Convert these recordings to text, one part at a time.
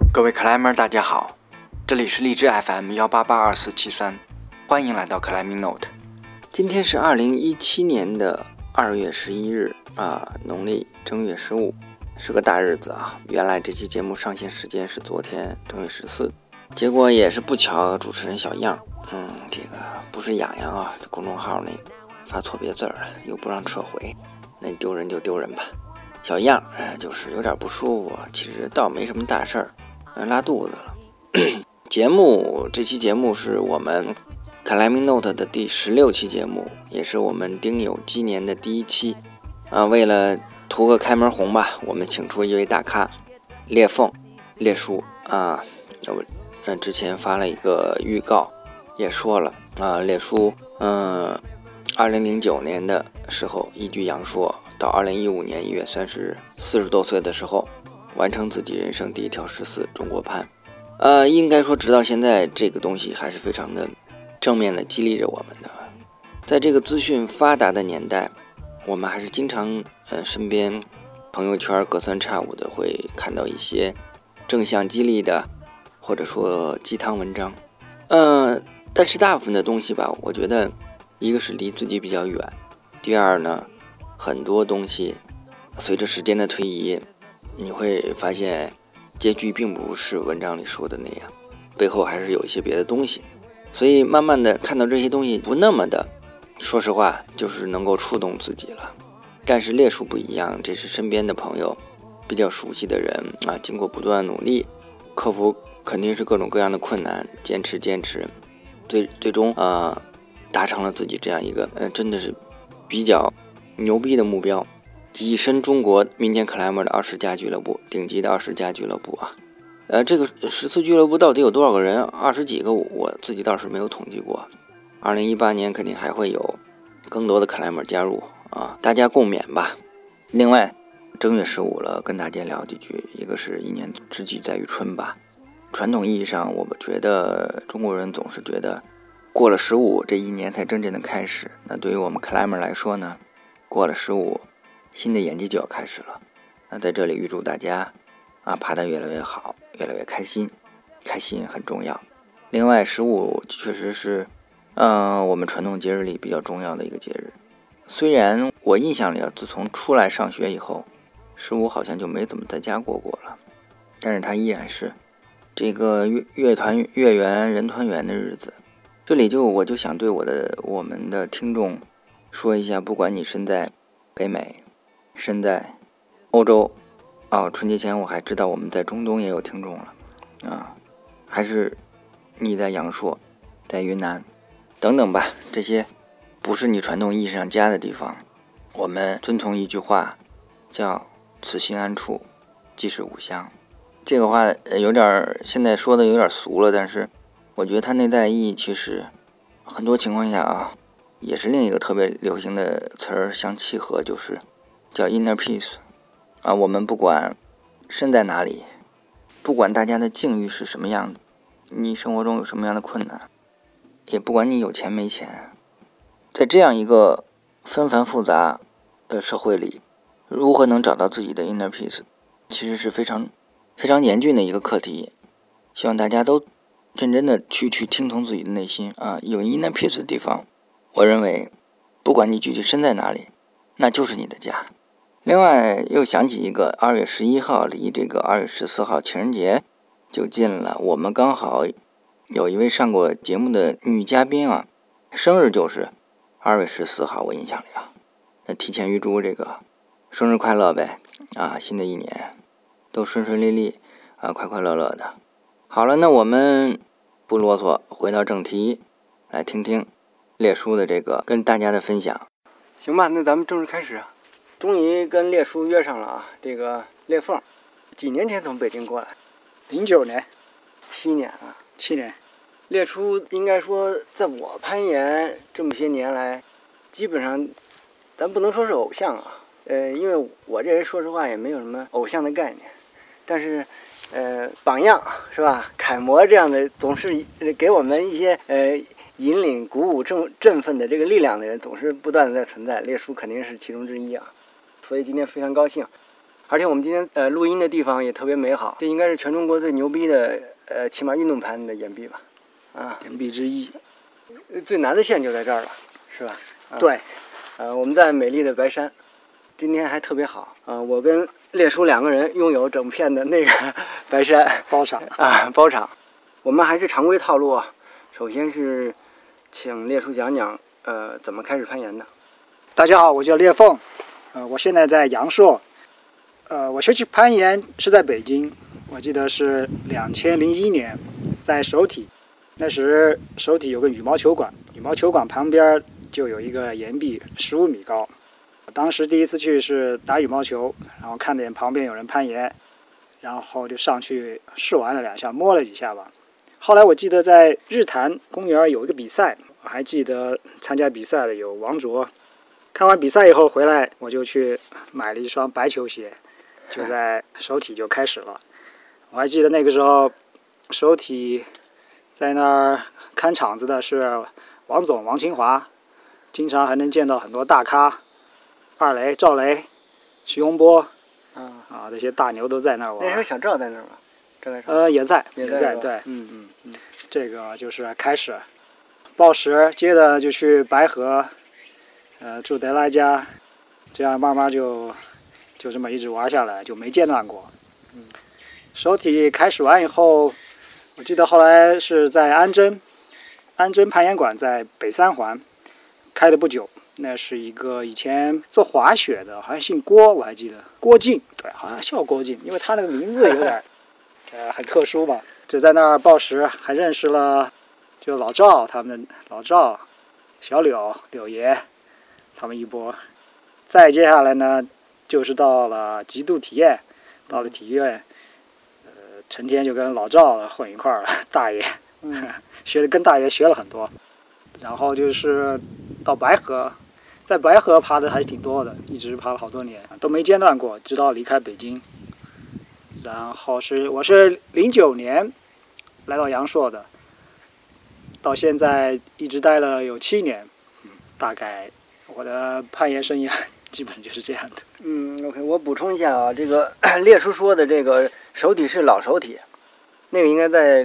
各位克莱们，大家好，这里是荔枝 FM 1882473，欢迎来到克莱明 Note。今天是2017年的2月11日农历正月15，是个大日子啊。原来这期节目上线时间是昨天正月14，结果也是不巧，主持人小样，这个不是痒痒啊，这公众号那个发错别字了，又不让撤回，那丢人就丢人吧。小样就是有点不舒服，其实倒没什么大事儿。拉肚子了。这期节目是我们克莱明 Note 的第16期节目，也是我们丁酉鸡年的第1期为了图个开门红吧，我们请出一位大咖裂叔我之前发了一个预告，也说了裂叔2009年的时候一居阳朔，到2015年1月30日40多岁的时候完成自己人生第一条14中国攀。应该说直到现在这个东西还是非常的正面的激励着我们的。在这个资讯发达的年代，我们还是经常身边朋友圈隔三差五的会看到一些正向激励的或者说鸡汤文章。但是大部分的东西吧，我觉得一个是离自己比较远，第二呢，很多东西随着时间的推移，你会发现结局并不是文章里说的那样，背后还是有一些别的东西，所以慢慢的看到这些东西不那么的，说实话就是能够触动自己了。但是列叔不一样，这是身边的朋友比较熟悉的人经过不断努力克服肯定是各种各样的困难，坚持最终达成了自己这样一个真的是比较牛逼的目标，跻身中国民间克莱默的20家俱乐部，顶级的20家俱乐部这个14俱乐部到底有多少个人？20几个，我自己倒是没有统计过。2018年肯定还会有更多的克莱默加入大家共勉吧。另外，正月15了，跟大家聊几句。一个是一年之计在于春吧。传统意义上，我们觉得中国人总是觉得过了15这一年才真正的开始。那对于我们克莱默来说呢，过了15新的演技就要开始了。那在这里预祝大家爬得越来越好，越来越开心，开心很重要。另外15确实是我们传统节日里比较重要的一个节日。虽然我印象里自从出来上学以后，15好像就没怎么在家过了，但是它依然是这个月圆人团圆的日子。这里我就想对我们的听众说一下，不管你身在北美，身在欧洲春节前我还知道我们在中东也有听众了还是你在阳朔，在云南等等吧，这些不是你传统意义上家的地方，我们遵从一句话叫此心安处即是吾乡。这个话有点现在说的有点俗了，但是我觉得它内在意义其实很多情况下也是另一个特别流行的词儿相契合，就是叫 inner peace。我们不管身在哪里，不管大家的境遇是什么样的，你生活中有什么样的困难，也不管你有钱没钱，在这样一个纷繁复杂的社会里，如何能找到自己的 inner peace， 其实是非常非常严峻的一个课题。希望大家都认真的去听从自己的内心有 inner peace 的地方，我认为不管你具体身在哪里，那就是你的家。另外又想起一个2月11号离这个2月14号情人节就近了，我们刚好有一位上过节目的女嘉宾生日就是2月14号，我印象里那提前预祝这个生日快乐呗新的一年都顺顺利利快快乐乐的。好了，那我们不啰嗦，回到正题，来听听列叔的这个跟大家的分享。行吧，那咱们正式开始。终于跟列叔约上了这个裂缝几年前从北京过来 09年 7年 7年。 列叔应该说在我攀岩这么些年来，基本上咱不能说是偶像因为我这人说实话也没有什么偶像的概念，但是榜样是吧，楷模这样的总是给我们一些引领鼓舞振奋的这个力量的人总是不断的在存在，列叔肯定是其中之一所以今天非常高兴而且我们今天录音的地方也特别美好，这应该是全中国最牛逼的骑马运动攀的岩壁吧？啊， 岩壁之一。 最难的线就在这儿了，是吧？ 对。 我们在美丽的白山，今天还特别好。我跟烈叔2个人拥有整片的那个白山包场啊，包场。我们还是常规套路啊。首先是请烈叔讲讲怎么开始攀岩的。 大家好，我叫烈凤，我现在在阳朔。我学习攀岩是在北京，我记得是2001年，在首体。那时首体有个羽毛球馆，羽毛球馆旁边就有一个岩壁，15米高。当时第一次去是打羽毛球，然后看见旁边有人攀岩，然后就上去试玩了2下，摸了几下吧。后来我记得在日坛公园有一个比赛，我还记得参加比赛的有王卓。看完比赛以后回来，我就去买了一双白球鞋，就在首体就开始了。我还记得那个时候首体在那儿看场子的是王总王清华，经常还能见到很多大咖，二雷、赵雷、徐洪波这些大牛都在那儿玩。 那时候小赵在那儿吗？赵来说也在，对，这个就是开始报时，接着就去白河，住德拉家，这样慢慢就这么一直玩下来，就没间断过。首体开始完以后，我记得后来是在安贞攀岩馆在北三环开了不久，那是一个以前做滑雪的，好像姓郭，我还记得郭靖，对，好像叫郭靖，因为他那个名字有点很特殊吧。就在那儿报时，还认识了就老赵他们，老赵、小柳爷他们一波。再接下来呢，就是到了极度体验，到了体院，成天就跟老赵混一块儿了，大爷，跟大爷学了很多。然后就是到白河，在白河爬的还挺多的，一直爬了好多年，都没间断过，直到离开北京。然后我是09年来到阳朔的，到现在一直待了有7年，大概我的攀岩生涯基本就是这样的。 OK， 我补充一下啊，这个烈叔说的这个首体是老首体，那个应该在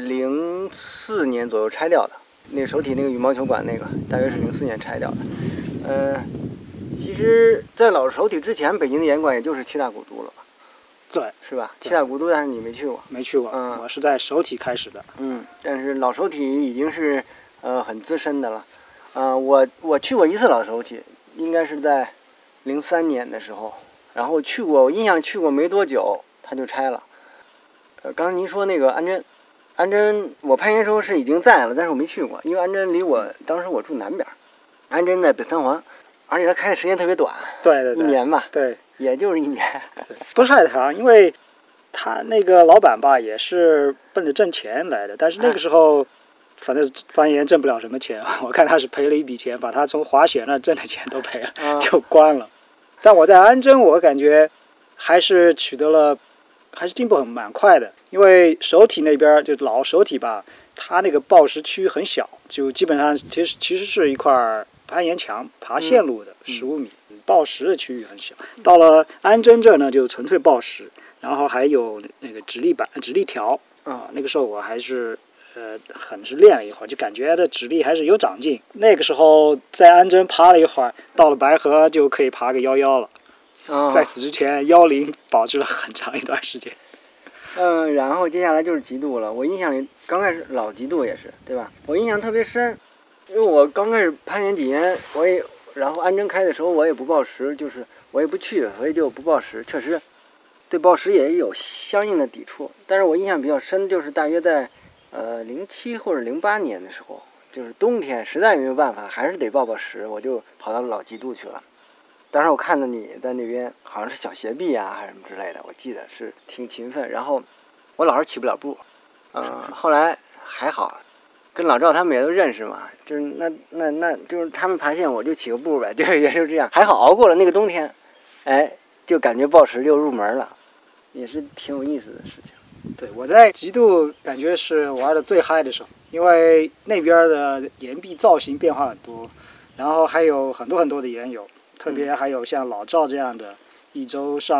04年左右拆掉的。那个首体那个羽毛球馆那个大约是04年拆掉的。其实，在老首体之前，北京的岩馆也就是七大古都了吧？对，是吧？七大古都，但是你没去过。 没去过。我是在首体开始的。 但是老首体已经是很资深的了。我去过一次老首体，应该是在03年的时候，然后我印象里去过没多久，它就拆了。刚才您说那个安贞，我攀岩时候是已经在了，但是我没去过，因为安贞离当时我住南边，安贞在北三环，而且它开的时间特别短， 对 ，1年吧， 对， 也就是1年， 不是太长，因为他那个老板吧也是奔着挣钱来的，但是那个时候，反正攀岩挣不了什么钱，我看他是赔了一笔钱，把他从滑雪那挣的钱都赔了，就关了。但我在安贞，我感觉还是进步蛮快的。因为首体那边就老首体吧，它那个报时区很小，就基本上其实是一块攀岩墙，爬线路的15米，报时的区域很小。到了安贞这呢，就纯粹报时，然后还有那个直立条那个时候我还是是练了一会儿，就感觉这直立还是有长进。那个时候在安贞爬了一会儿，到了白河就可以爬个11了。在此之前10保持了很长一段时间。 然后接下来就是极度了。我印象里刚开始老极度也是，对吧？我印象特别深，因为我刚开始攀岩几年，然后安贞开的时候我也不报时，就是我也不去，所以就不报时。确实，对报时也有相应的抵触。但是我印象比较深，就是大约在07或者08年的时候，就是冬天实在没有办法，还是得报时，我就跑到老极度去了。当时我看到你在那边好像是小斜壁啊还是什么之类的，我记得是挺勤奋，然后我老是起不了步，后来还好，跟老赵他们也都认识嘛，就是那就是他们爬线我就起个步呗，对，也就这样，还好熬过了那个冬天，就感觉报时就入门了，也是挺有意思的事情。 对，我在极度感觉是玩的最嗨的时候，因为那边的岩壁造型变化很多，然后还有很多的岩友。特别还有像老赵这样的，一周上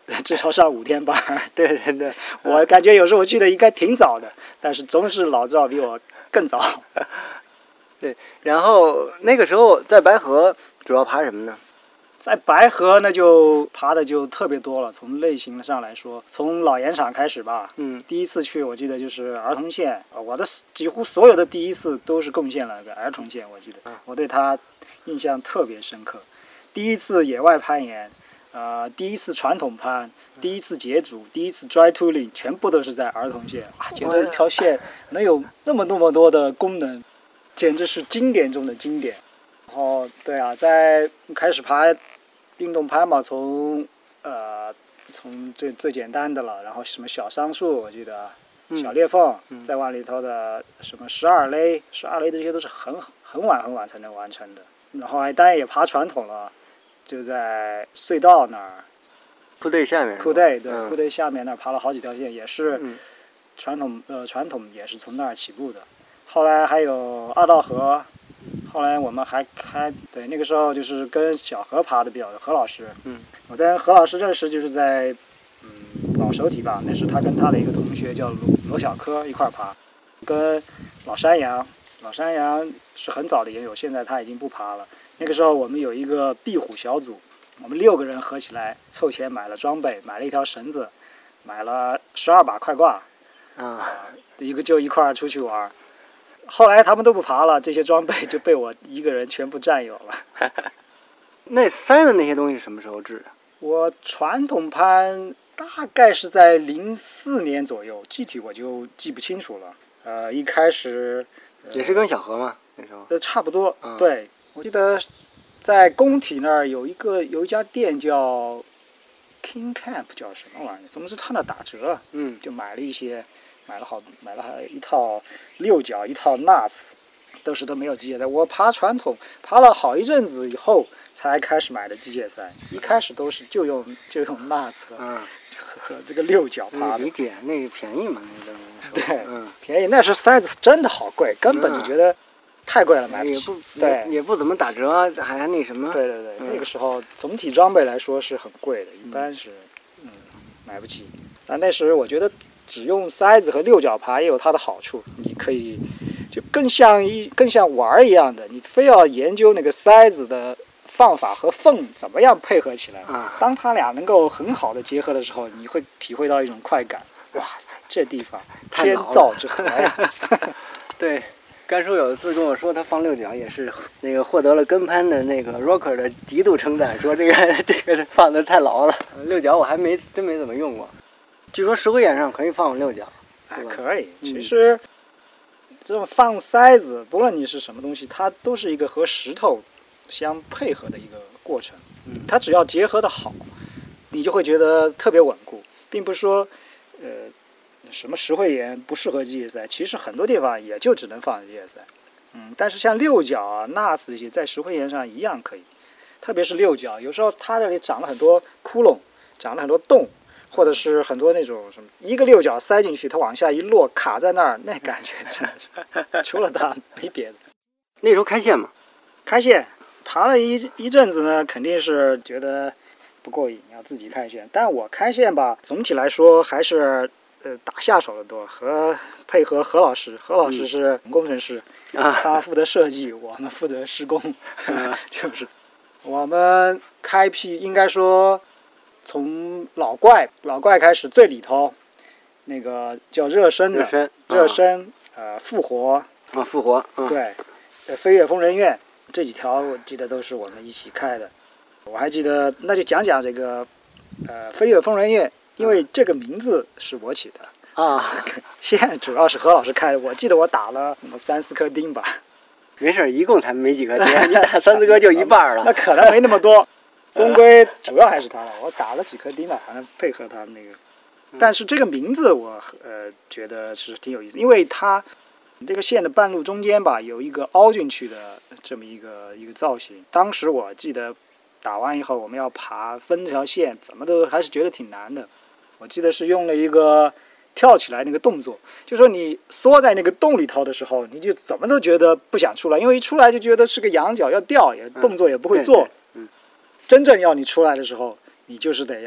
至少上5天班。 对对对， 我感觉有时候去的应该挺早的，但是总是老赵比我更早。 对，然后那个时候在白河主要爬什么呢？ 在白河那就爬的就特别多了，从类型上来说，从老盐场开始吧。第一次去我记得就是儿童线，我的几乎所有的第一次都是贡献了个儿童线，我记得我对它印象特别深刻。第一次野外攀岩，第一次传统攀，第一次解组，第一次 dry tooling， 全部都是在儿童线啊！觉得一条线能有那么多的功能，简直是经典中的经典。然后对啊，在开始爬运动攀嘛，从最简单的了，然后什么小桑树，我记得小裂缝，再往里头的什么12勒的这些都是很晚才能完成的。然后当然也爬传统了，就在隧道那儿， 库队下面， 库队库队下面那儿爬了好几条线，也是传统也是从那儿起步的。后来还有二道河。后来我们还对那个时候就是跟小何爬的比较多，何老师，我在何老师认识就是在老首体吧，那是他跟他的一个同学叫罗小柯一块爬，跟老山羊是很早的也有，现在他已经不爬了。那个时候我们有一个壁虎小组，我们6个人合起来凑钱买了装备，买了一条绳子，买了12把快挂，一块出去玩。后来他们都不爬了，这些装备就被我一个人全部占有了。 那塞的那些东西什么时候制的？ 我传统攀大概是在04年左右，具体我就记不清楚了。一开始也是跟小何吗？那时候差不多。对，我记得在工体那儿有一家店叫 King Camp， 叫什么玩意儿？总之他那打折，就买了一套6角，一套 NAS， 都没有机械塞。我爬传统爬了好一阵子以后，才开始买的机械塞。一开始都是就用 NAS 和这个6角爬的。 理解，那个便宜嘛，那个。 对，便宜。那时塞子真的好贵，根本就觉得太贵了，买不起。对， 也不怎么打折，还那什么。 对，那个时候总体装备来说是很贵的，一般是买不起。但那时我觉得。只用塞子和6角爬也有它的好处，你可以就更像玩一样的，你非要研究那个塞子的放法和缝怎么样配合起来。当它俩能够很好的结合的时候，你会体会到一种快感。哇塞，这地方天造之合呀！ 对，甘叔有一次跟我说，他放6角也是那个获得了跟攀的那个 rocker 的极度称赞，说这个放的太牢了。6角我真没怎么用过。据说石灰岩上可以放6角， 可以。其实这种放塞子，不论你是什么东西，它都是一个和石头相配合的一个过程。它只要结合的好，你就会觉得特别稳固，并不是说什么石灰岩不适合机械塞，其实很多地方也就只能放机械塞。但是像6角啊、NAS 这些，在石灰岩上一样可以。特别是6角，有时候它这里长了很多窟窿，长了很多洞。或者是很多那种什么一个6角塞进去，它往下一落卡在那儿，那感觉真的是除了它没别的。 那时候开线嘛， 开线爬了一阵子呢，肯定是觉得不过瘾，要自己开线。但我开线吧，总体来说还是打下手的多，配合何老师是工程师，他负责设计，我们负责施工，就是我们开辟应该说。从老怪开始，最里头那个叫热身的热身复活复活， 对，飞跃疯人院这几条我记得都是我们一起开的。我还记得，那就讲这个飞跃疯人院，因为这个名字是我起的现在主要是何老师开的。我记得我打了3-4颗钉吧。 没事，一共才没几颗钉，你打3-4颗就一半了。 那可能没那么多。终归主要还是他了，我打了几颗钉了，反正配合他那个。但是这个名字我觉得是挺有意思，因为它这个线的半路中间吧，有一个凹进去的这么一个造型。当时我记得打完以后，我们要分这条线，怎么都还是觉得挺难的。我记得是用了一个跳起来那个动作，就说你缩在那个洞里头的时候，你就怎么都觉得不想出来，因为一出来就觉得是个仰角要掉，动作也不会做。真正要你出来的时候，你就是得要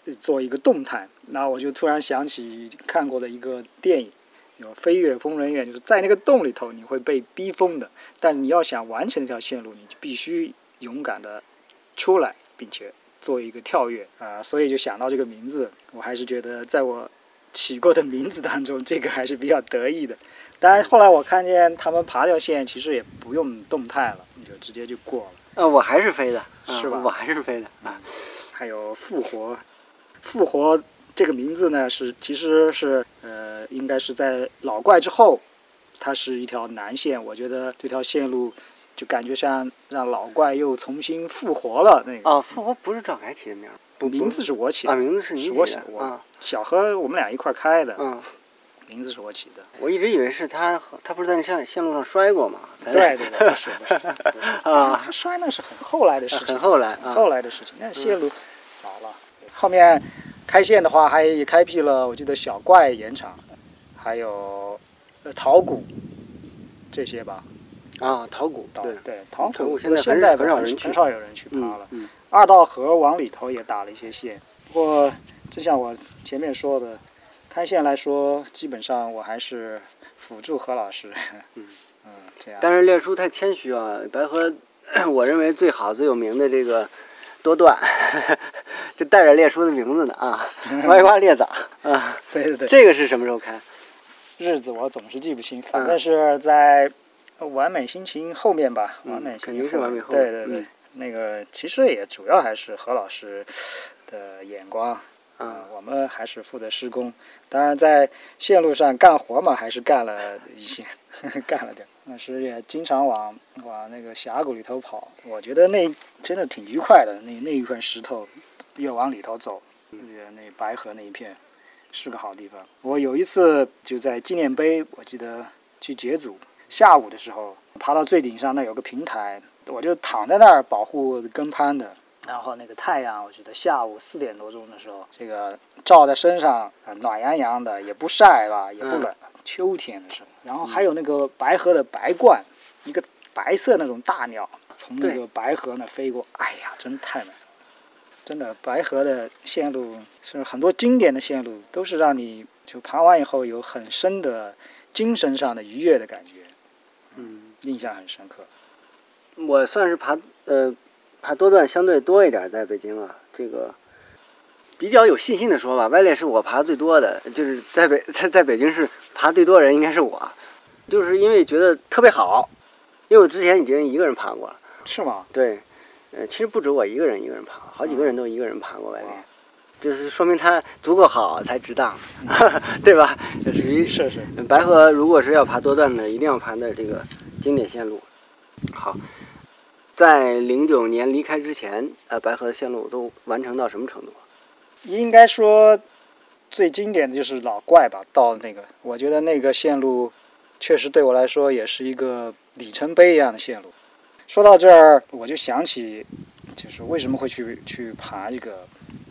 做一个动态。那我就突然想起看过的一个电影，有飞越疯人院，就是在那个洞里头你会被逼疯的，但你要想完成这条线路，你就必须勇敢的出来，并且做一个跳跃所以就想到这个名字，我还是觉得在我起过的名字当中，这个还是比较得意的。当然后来我看见他们爬条线其实也不用动态了，你就直接就过了。 我还是飞的， 是吧？ 我还是飞的啊。 还有复活这个名字呢，其实是应该是在老怪之后，它是一条南线。我觉得这条线路就感觉像让老怪又重新复活了那个。 复活不是赵凯起的名儿， 名字是我起的名字是你起的， 我小何我们俩一块开的，名字是我起的。 我一直以为是他不是在那线路上摔过吗？ 对，不是他摔那是很后来的事情， 很后来的事情。那线路早了，后面开线的话还开辟了，我记得小怪盐场，还有桃谷这些吧。 桃谷对，桃谷现在很少有人去爬了。二道河往里头也打了一些线，不过就像我前面说的，开线来说，基本上我还是辅助何老师。这样。 但是列叔太谦虚啊，白河，我认为最好最有名的这个多段，就带着列叔的名字呢歪瓜裂枣对， 这个是什么时候开？ 日子我总是记不清，反正是在完美心情后面吧。完美心情肯定是完美后面。 对，那个其实也主要还是何老师的眼光。我们还是负责施工，当然在线路上干活嘛，还是干了一些，干了点。那时也经常往那个峡谷里头跑，我觉得那真的挺愉快的。那一块石头，越往里头走，那白河那一片是个好地方。我有一次就在纪念碑，我记得去解组，下午的时候爬到最顶上，那有个平台，我就躺在那儿保护跟攀的。然后那个太阳，我觉得下午4点多钟的时候，这个照在身上，暖洋洋的，也不晒吧，也不冷，秋天的时候。然后还有那个白河的白鹳，一个白色那种大鸟从那个白河那飞过，哎呀，真太美了！真的，白河的线路是很多经典的线路，都是让你就爬完以后有很深的精神上的愉悦的感觉，印象很深刻。 我算是爬多段相对多一点，在北京这个比较有信心的说吧，歪列是我爬最多的，就是在北京市爬最多人应该是我，就是因为觉得特别好，因为我之前已经一个人爬过了。 是吗？ 对，其实不止我一个人爬，好几个人都一个人爬过歪列，就是说明他足够好才值当，对吧？这属于是白河如果是要爬多段的，一定要爬的这个经典线路。好。在09年离开之前，白河的线路都完成到什么程度？ 应该说，最经典的就是老怪吧。到那个，我觉得那个线路，确实对我来说也是一个里程碑一样的线路。说到这儿，我就想起，就是为什么会去爬这个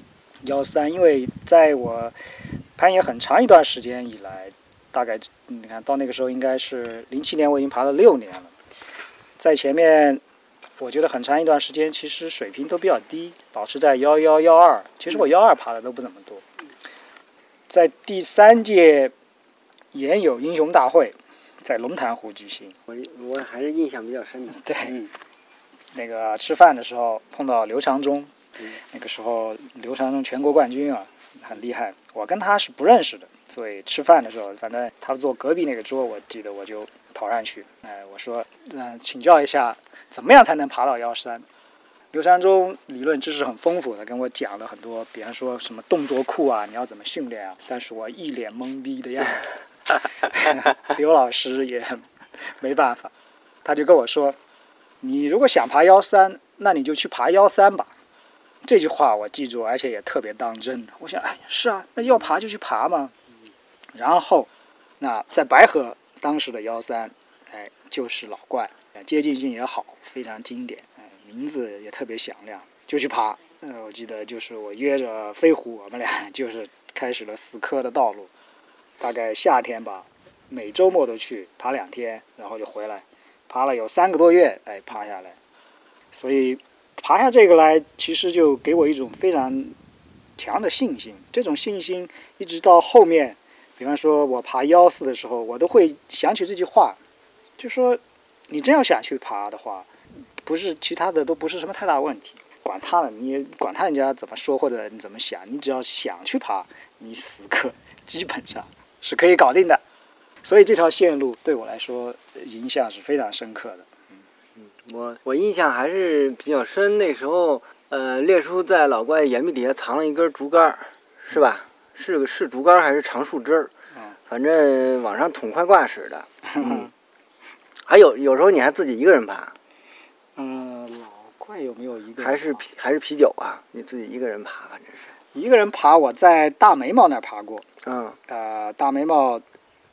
13，因为在我攀岩很长一段时间以来，大概你看到那个时候应该是07年，我已经爬了6年了，在前面。我觉得很长一段时间，其实水平都比较低，保持在11、12。其实我12爬的都不怎么多。在第3届岩友英雄大会，在龙潭湖举行。 我还是印象比较深的。 对，那个吃饭的时候碰到刘长忠，那个时候刘长忠全国冠军很厉害。我跟他是不认识的，所以吃饭的时候，反正他坐隔壁那个桌，我记得我就跑上去，我说，请教一下。怎么样才能爬到13？刘长忠理论知识很丰富的，跟我讲了很多，比方说什么动作库你要怎么训练但是我一脸懵逼的样子。刘老师也没办法，他就跟我说：“你如果想爬13，那你就去爬13吧。”这句话我记住，而且也特别当真。我想，是啊，那要爬就去爬嘛。然后，那在白河当时的13，就是老怪。接近性也好，非常经典，名字也特别响亮，就去爬。我记得就是我约着飞虎，我们俩就是开始了死磕的道路。大概夏天吧，每周末都去爬2天，然后就回来，爬了有3个多月，爬下来。所以爬下这个来，其实就给我一种非常强的信心。这种信心一直到后面，比方说我爬114的时候，我都会想起这句话，就说你真要想去爬的话，不是其他的都不是什么太大问题，管他了，你管他人家怎么说或者你怎么想，你只要想去爬，你死磕基本上是可以搞定的。所以这条线路对我来说影响是非常深刻的。 我印象还是比较深，那时候列叔在老怪岩壁底下藏了一根竹竿，是吧？是竹竿还是长树枝儿？反正往上捅快挂似的。还有时候你还自己一个人爬。 老怪有没有一个人还是啤酒啊？你自己一个人爬，反正是一个人爬。我在大眉毛那儿爬过。大眉毛，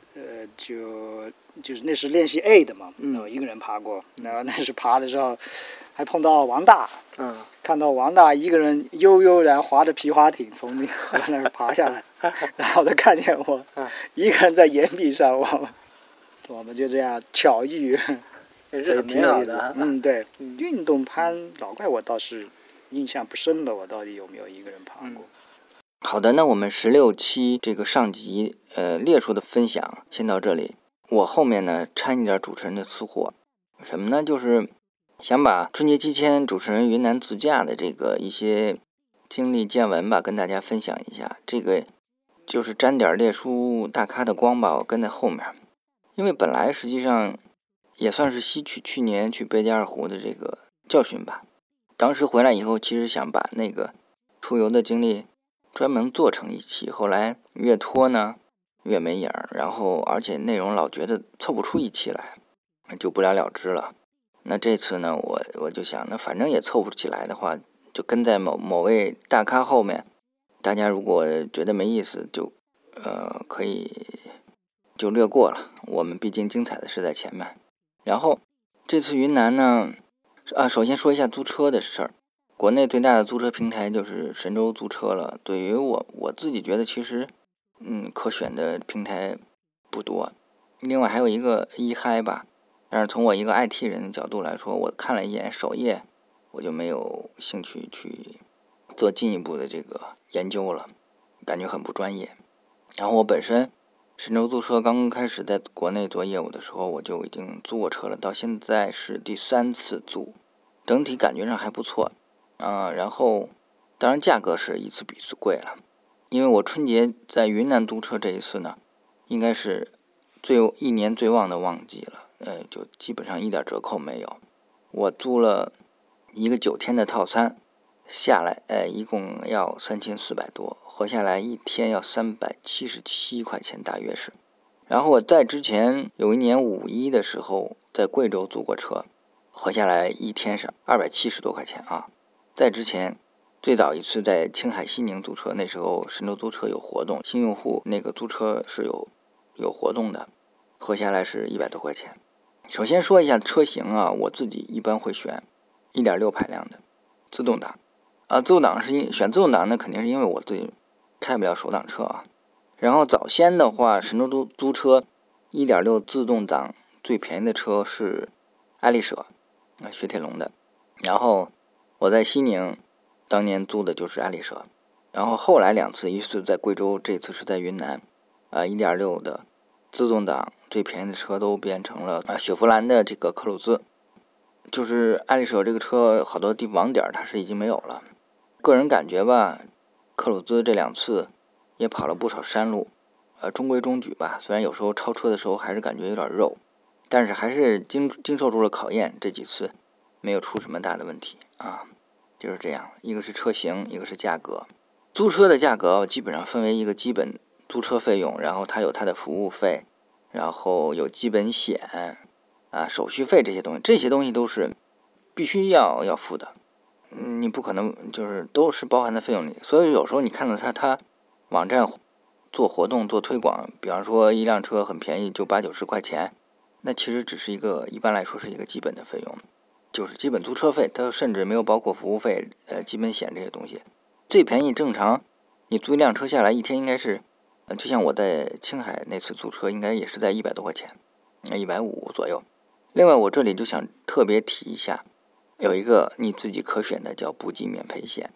就是那是练习 A 的嘛，我一个人爬过。那是爬的时候，还碰到王大，看到王大一个人悠然划着皮划艇从那个河那儿爬下来，然后他看见我一个人在岩壁上，我们就这样巧遇， 也是很美好的。 对，运动攀老怪我倒是印象不深了，我到底有没有一个人爬过？ 好的，那我们16期这个上集列出的分享先到这里。我后面呢掺一点主持人的私货，什么呢？就是想把春节期间主持人云南自驾的这个一些经历见闻吧，跟大家分享一下。这个就是沾点列叔大咖的光吧，我跟在后面。因为本来实际上也算是吸取去年去贝加尔湖的这个教训吧。当时回来以后，其实想把那个出游的经历专门做成一期，后来越拖呢越没影儿，然后而且内容老觉得凑不出一期来，就不了了之了。那这次呢，我就想，那反正也凑不起来的话，就跟在某位大咖后面，大家如果觉得没意思，就可以就略过了。我们毕竟精彩的是在前面。然后这次云南呢，首先说一下租车的事儿。国内最大的租车平台就是神州租车了。对于我自己觉得，其实可选的平台不多。另外还有一个eHi吧，但是从我一个 IT 人的角度来说，我看了一眼首页，我就没有兴趣去做进一步的这个研究了，感觉很不专业。然后我本身神州租车刚刚开始在国内做业务的时候，我就已经租过车了，到现在是第3次租，整体感觉上还不错。然后当然价格是一次比一次贵了，因为我春节在云南租车这一次呢，应该是一年最旺的旺季了，就基本上一点折扣没有。我租了一个9天的套餐，下来一共要3400多，合下来一天要377块钱大约是。然后我在之前有一年5·1的时候在贵州租过车，合下来一天是270多块钱啊。在之前最早一次在青海西宁租车，那时候神州租车有活动，新用户那个租车是有活动的，合下来是100多块钱。首先说一下车型啊，我自己一般会选 1.6 排量的自动挡自动挡选自动挡呢，肯定是因为我自己开不了手挡车啊。然后早先的话，神州租车 1.6 自动挡最便宜的车是爱丽舍雪铁龙的，然后我在西宁当年租的就是爱丽舍，然后后来2次，一次在贵州，这次是在云南1.6 的自动挡最便宜的车都变成了雪佛兰的这个科鲁兹。就是爱丽舍这个车好多地方网点它是已经没有了，个人感觉吧，科鲁兹这2次也跑了不少山路，中规中矩吧，虽然有时候超车的时候还是感觉有点肉，但是还是经受住了考验，这几次没有出什么大的问题啊。就是这样，一个是车型，一个是价格。租车的价格基本上分为一个基本租车费用，然后它有它的服务费，然后有基本险手续费这些东西都是必须要付的，你不可能就是都是包含在费用里。所以有时候你看到它网站做活动做推广，比方说一辆车很便宜，就80-90块钱，那其实只是一般来说是一个基本的费用，就是基本租车费，它甚至没有包括服务费基本险这些东西。最便宜正常你租一辆车下来一天应该是就像我在青海那次租车应该也是在100多块钱，150左右。另外我这里就想特别提一下，有一个你自己可选的叫补给免赔险。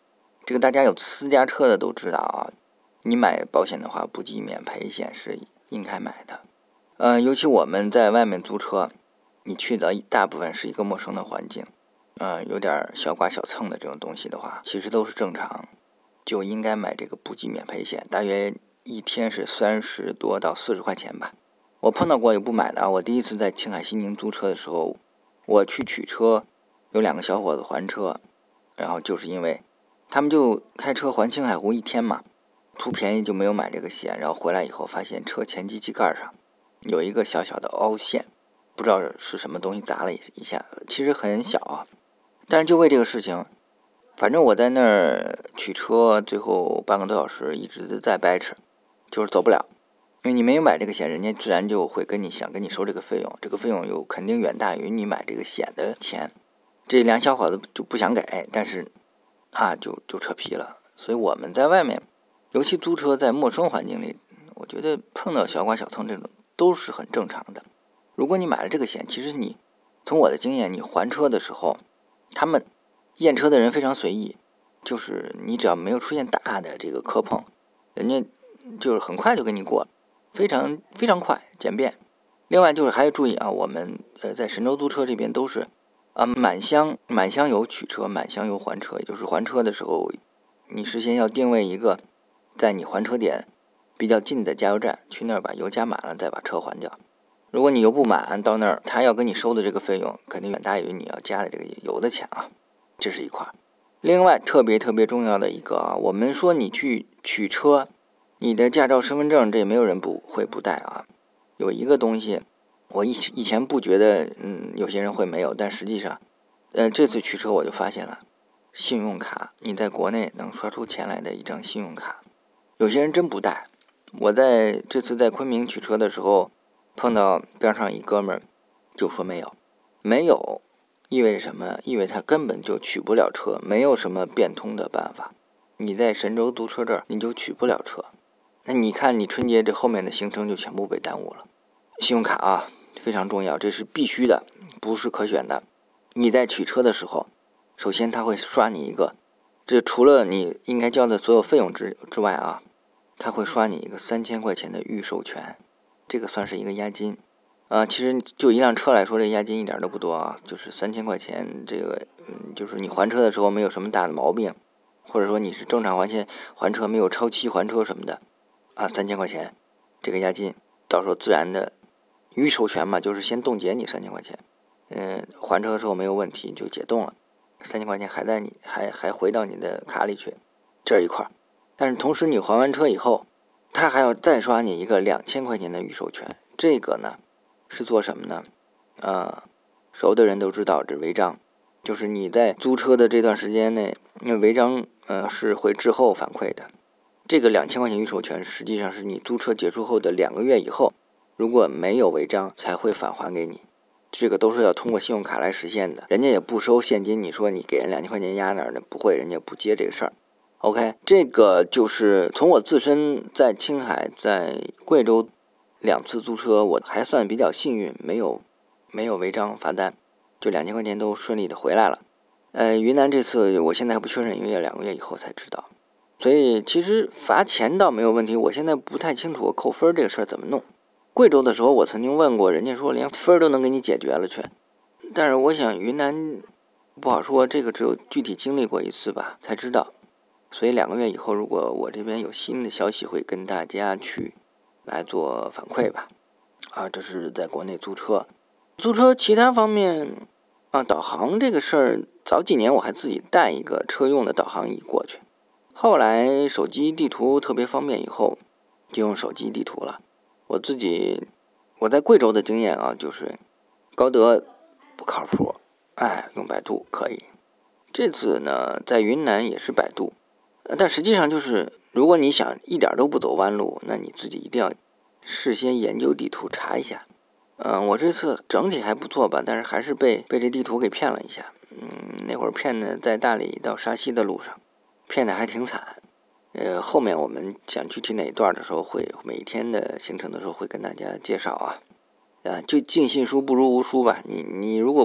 这个大家有私家车的都知道啊，你买保险的话，不计免赔险是应该买的。尤其我们在外面租车，你去的大部分是一个陌生的环境，有点小剐小蹭的这种东西的话，其实都是正常，就应该买这个不计免赔险，大约一天是30多到40块钱吧。我碰到过有不买的啊，我第一次在青海西宁租车的时候，我去取车，有2个小伙子还车，然后就是因为他们就开车环青海湖1天嘛，图便宜就没有买这个险，然后回来以后发现车前机器盖上有一个小小的凹陷，不知道是什么东西砸了一下，其实很小啊，但是就为这个事情，反正我在那儿取车，最后半个多小时一直在掰扯，就是走不了。因为你没有买这个险，人家自然就会想跟你收这个费用，这个费用有肯定远大于你买这个险的钱。这2小伙子就不想给，但是就扯皮了。所以我们在外面，尤其租车在陌生环境里，我觉得碰到小剐小蹭这种都是很正常的。如果你买了这个险，其实你从我的经验，你还车的时候，他们验车的人非常随意，就是你只要没有出现大的这个磕碰，人家就是很快就给你过，非常非常快简便。另外就是还要注意啊，我们在神州租车这边都是满箱油取车，满箱油还车，也就是还车的时候，你事先要定位一个在你还车点比较近的加油站，去那儿把油加满了再把车还掉。如果你油不满，到那儿他要跟你收的这个费用肯定远大于你要加的这个油的钱啊，这是一块。另外特别重要的一个啊，我们说你去取车，你的驾照身份证这没有人会不带啊。有一个东西我以前不觉得有些人会没有，但实际上这次取车我就发现了，信用卡，你在国内能刷出钱来的一张信用卡，有些人真不带。我这次在昆明取车的时候碰到边上一哥们儿就说没有意味着什么？意味着他根本就取不了车，没有什么变通的办法。你在神州租车这儿你就取不了车，那你看你春节这后面的行程就全部被耽误了。信用卡啊非常重要，这是必须的，不是可选的。你在取车的时候，首先他会刷你一个，这除了你应该交的所有费用之外啊，他会刷你一个3000块钱的预授权，这个算是一个押金。其实就一辆车来说，这押金一点都不多啊，就是3000块钱。这个就是你还车的时候没有什么大的毛病，或者说你是正常还车没有超期还车什么的3000块钱这个押金，到时候自然的预授权嘛，就是先冻结你3000块钱，还车的时候没有问题就解冻了，3000块钱还回到你的卡里去，这一块。但是同时你还完车以后，他还要再刷你一个2000块钱的预授权，这个呢是做什么呢？熟的人都知道，这违章，就是你在租车的这段时间内，因为违章是会滞后反馈的。这个2000块钱预授权实际上是你租车结束后的2个月以后，如果没有违章才会返还给你，这个都是要通过信用卡来实现的，人家也不收现金，你说你给人2000块钱压那儿的，不会，人家不接这个事儿。OK， 这个就是从我自身在青海在贵州2次租车，我还算比较幸运，没有违章罚单，就2000块钱都顺利的回来了。云南这次我现在还不确认，因为要2个月以后才知道。所以其实罚钱倒没有问题，我现在不太清楚扣分这个事儿怎么弄。贵州的时候我曾经问过，人家说连分都能给你解决了去，但是我想云南不好说，这个只有具体经历过一次吧才知道。所以2个月以后，如果我这边有新的消息，会跟大家去来做反馈吧。这是在国内租车其他方面导航这个事儿，早几年我还自己带一个车用的导航仪过去，后来手机地图特别方便以后，就用手机地图了。我在贵州的经验就是高德不靠谱，用百度可以。这次呢，在云南也是百度，但实际上就是如果你想一点都不走弯路，那你自己一定要事先研究地图查一下。我这次整体还不错吧，但是还是被这地图给骗了一下。那会儿骗的在大理到沙溪的路上，骗的还挺惨。后面我们讲具体哪一段的时候，会每一天的行程的时候会跟大家介绍啊。就尽信书不如无书吧。你如果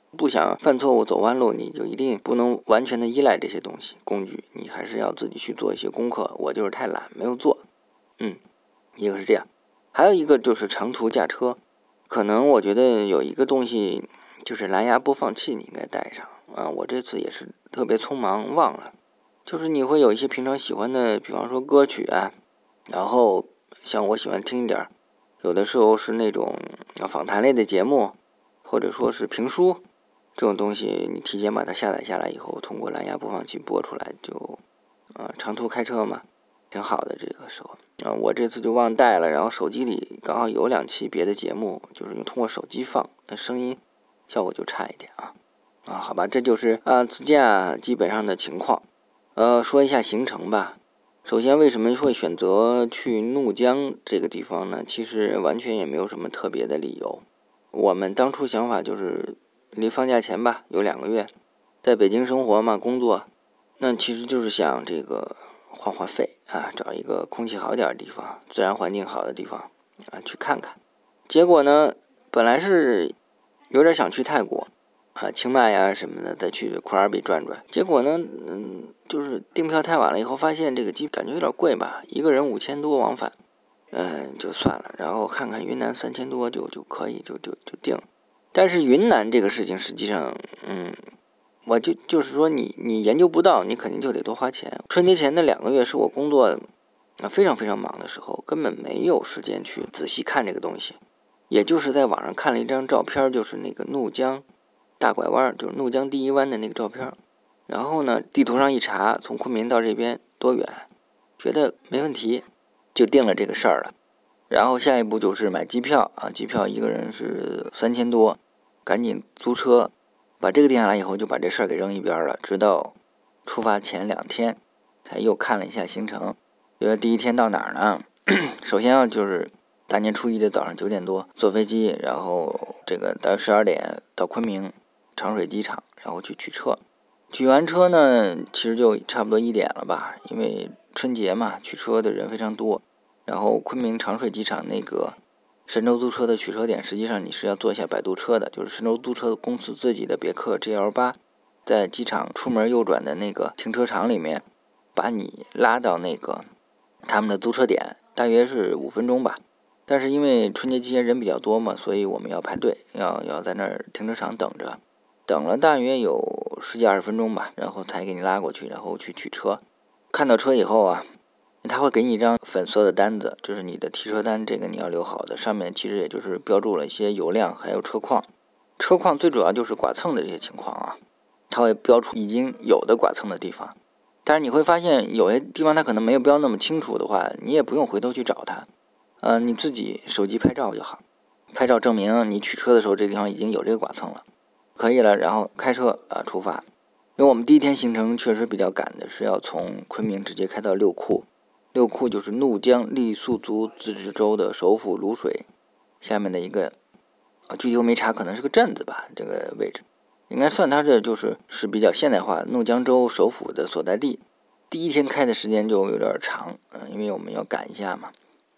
不想犯错误走弯路，你就一定不能完全的依赖这些东西工具，你还是要自己去做一些功课。我就是太懒没有做。一个是这样，还有一个就是长途驾车，可能我觉得有一个东西就是蓝牙播放器你应该带上啊。我这次也是特别匆忙忘了，就是你会有一些平常喜欢的，比方说歌曲啊，然后像我喜欢听一点，有的时候是那种访谈类的节目，或者说是评书，这种东西你提前把它下载下来以后，通过蓝牙播放器播出来，就长途开车嘛，挺好的。这个时候我这次就忘带了，然后手机里刚好有2期别的节目，就是用通过手机放，那声音效果就差一点好吧，这就是自驾基本上的情况。说一下行程吧。首先，为什么会选择去怒江这个地方呢？其实完全也没有什么特别的理由。我们当初想法就是离放假前吧，有2个月，在北京生活嘛，工作，那其实就是想这个换换肺找一个空气好点的地方，自然环境好的地方去看看。结果呢，本来是有点想去泰国清迈呀什么的，再去库尔比转转。结果呢，就是订票太晚了以后，发现这个机感觉有点贵吧，一个人5000多往返，就算了。然后看看云南3000多就可以，就定了。但是云南这个事情实际上，我就是说你研究不到，你肯定就得多花钱。春节前的2个月是我工作非常非常忙的时候，根本没有时间去仔细看这个东西。也就是在网上看了一张照片，就是那个怒江大拐弯，就是怒江第1湾的那个照片。然后呢，地图上一查，从昆明到这边多远，觉得没问题，就定了这个事儿了。然后下一步就是买机票机票一个人是3000多，赶紧租车，把这个定下来以后，就把这事儿给扔一边了。直到出发前2天，才又看了一下行程，觉得第1天到哪儿呢？首先就是大年初一的早上9点多坐飞机，然后这个大约12点到昆明长水机场，然后去取车。取完车呢，其实就差不多1点了吧，因为春节嘛，取车的人非常多。然后昆明长水机场那个神州租车的取车点，实际上你是要坐一下摆渡车的，就是神州租车公司自己的别克 GL8，在机场出门右转的那个停车场里面，把你拉到那个他们的租车点，大约是5分钟吧。但是因为春节期间人比较多嘛，所以我们要排队，要在那儿停车场等着，等了大约有10几20分钟吧，然后才给你拉过去，然后去取车。看到车以后他会给你一张粉色的单子，这是你的提车单，这个你要留好的，上面其实也就是标注了一些油量还有车况。车况最主要就是剐蹭的这些情况它会标出已经有的剐蹭的地方。但是你会发现有些地方它可能没有标那么清楚的话，你也不用回头去找它你自己手机拍照就好，拍照证明你取车的时候这个地方已经有这个剐蹭了，可以了，然后开车出发。因为我们第1天行程确实比较赶的，是要从昆明直接开到六库。六库就是怒江傈僳族自治州的首府卤水下面的一个具体我没查，可能是个镇子吧，这个位置应该算它这是比较现代化怒江州首府的所在地。第1天开的时间就有点长因为我们要赶一下嘛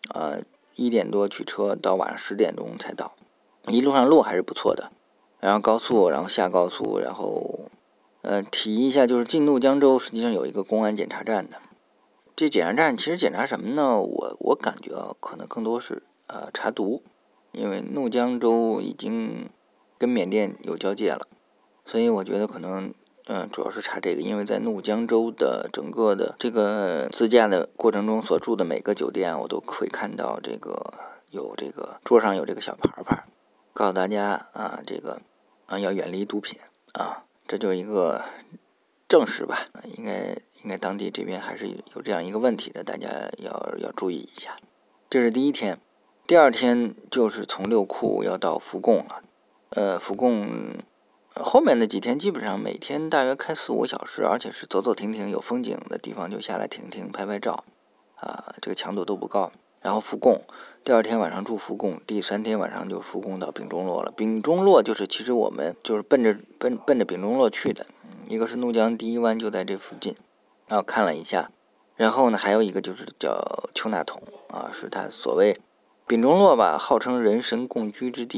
1点多取车，到晚上10点钟才到。一路上路还是不错的，然后高速，然后下高速，然后提一下，就是进怒江州实际上有一个公安检查站的。这检查站其实检查什么呢？我感觉可能更多是查毒，因为怒江州已经跟缅甸有交界了，所以我觉得可能主要是查这个。因为在怒江州的整个的这个自驾的过程中所住的每个酒店我都会看到这个有这个桌上有这个小牌牌，告诉大家这个要远离毒品这就是一个证实吧，应该当地这边还是有这样一个问题的，大家要注意一下。这是第1天。第2天就是从六库要到福贡了。福贡后面的几天基本上每天大约开4-5个小时，而且是走走停停，有风景的地方就下来停停拍拍照这个强度都不高。然后福贡第2天晚上住福贡，第3天晚上就福贡到丙中洛了。丙中洛就是其实我们就是奔着丙中洛去的，一个是怒江第1湾就在这附近，然后看了一下。然后呢还有一个就是叫丘纳统是它所谓丙中洛吧，号称人神共居之地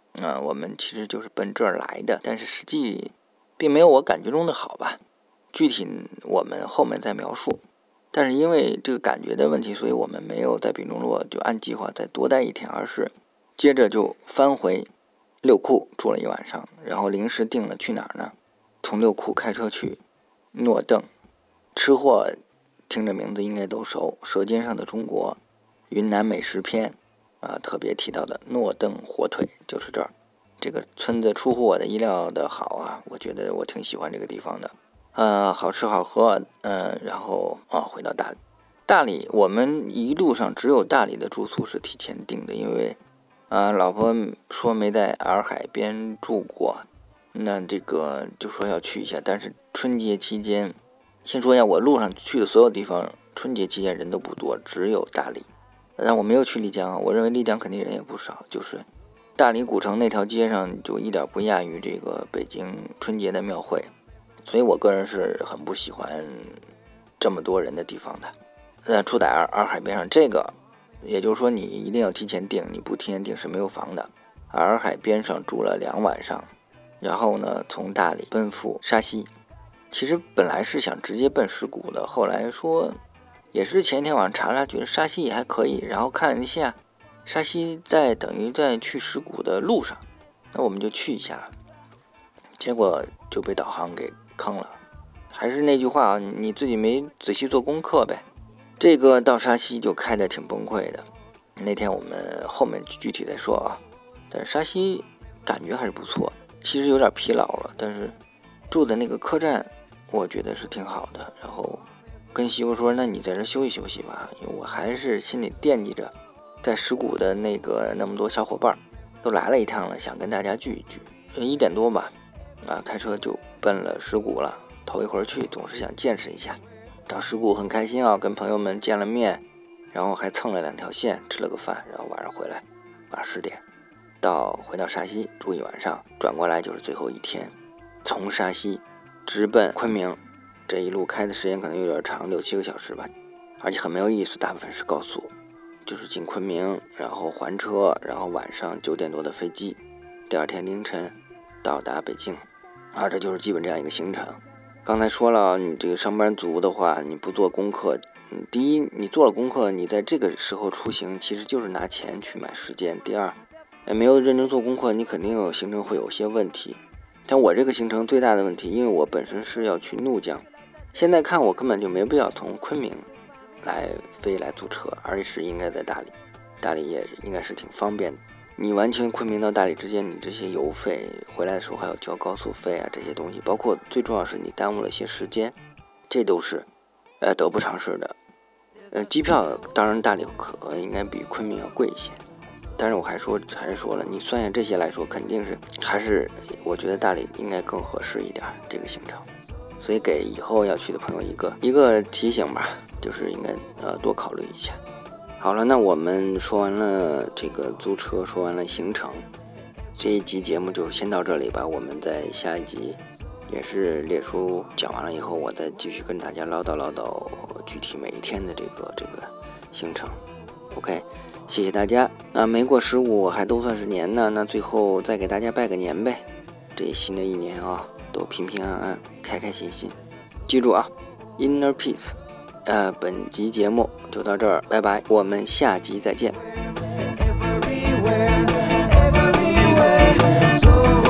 我们其实就是奔这儿来的，但是实际并没有我感觉中的好吧，具体我们后面再描述。但是因为这个感觉的问题，所以我们没有在丙中洛就按计划再多待一天，而是接着就翻回六库住了一晚上，然后临时定了去哪儿呢？从六库开车去诺邓。吃货听着名字应该都熟，《舌尖上的中国》云南美食篇特别提到的诺邓火腿就是这儿。这个村子出乎我的意料的好啊，我觉得我挺喜欢这个地方的。好吃好喝，然后回到大理。大理我们一路上只有大理的住宿是提前订的，因为老婆说没在洱海边住过，那这个就说要去一下。但是春节期间，先说一下我路上去的所有地方，春节期间人都不多，只有大理。但我没有去丽江啊，我认为丽江肯定人也不少，就是大理古城那条街上就一点不亚于这个北京春节的庙会。所以我个人是很不喜欢这么多人的地方的。住在洱海边上，这个也就是说你一定要提前订，你不提前订是没有房的。洱海边上住了2晚上，然后呢从大理奔赴沙溪。其实本来是想直接奔石鼓的，后来说也是前一天晚上查了，觉得沙溪也还可以，然后看了一下沙溪等于在去石鼓的路上，那我们就去一下，结果就被导航给坑了。还是那句话啊，你自己没仔细做功课呗。这个到沙溪就开得挺崩溃的，那天我们后面具体再说啊。但是沙溪感觉还是不错，其实有点疲劳了，但是住的那个客栈我觉得是挺好的。然后跟媳妇说，那你在这休息休息吧，因为我还是心里惦记着在石鼓的那么多小伙伴都来了一趟了，想跟大家聚一聚。1点多吧开车就奔了石鼓了。头一回去总是想见识一下，到石鼓很开心啊，跟朋友们见了面，然后还蹭了2条线，吃了个饭，然后晚上回来晚上10点回到沙溪住1晚上，转过来就是最后一天，从沙溪直奔昆明。这一路开的时间可能有点长，6-7个小时吧，而且很没有意思，大部分是高速，就是进昆明然后还车，然后晚上9点多的飞机，第2天凌晨到达北京这就是基本这样一个行程。刚才说了，你这个上班族的话，你不做功课，第一，你做了功课，你在这个时候出行其实就是拿钱去买时间。第二，没有认真做功课，你肯定有行程会有些问题。像我这个行程最大的问题，因为我本身是要去怒江，现在看我根本就没必要从昆明来租车，而是应该在大理，大理也应该是挺方便的。你完全昆明到大理之间，你这些油费回来的时候还要交高速费这些东西，包括最重要是你耽误了一些时间，这都是得不偿失的。机票当然大理应该比昆明要贵一些，但是我还是说了，你算下这些来说，肯定是还是我觉得大理应该更合适一点这个行程。所以给以后要去的朋友一个提醒吧，就是应该多考虑一下。好了，那我们说完了这个租车，说完了行程，这一集节目就先到这里吧。我们在下一集也是列出讲完了以后，我再继续跟大家唠叨具体每一天的这个行程。OK， 谢谢大家。没过15还都算是年呢，那最后再给大家拜个年呗。这新的一年都平平安安，开开心心。记住Inner Peace。本集节目就到这儿，拜拜，我们下集再见。Everywhere.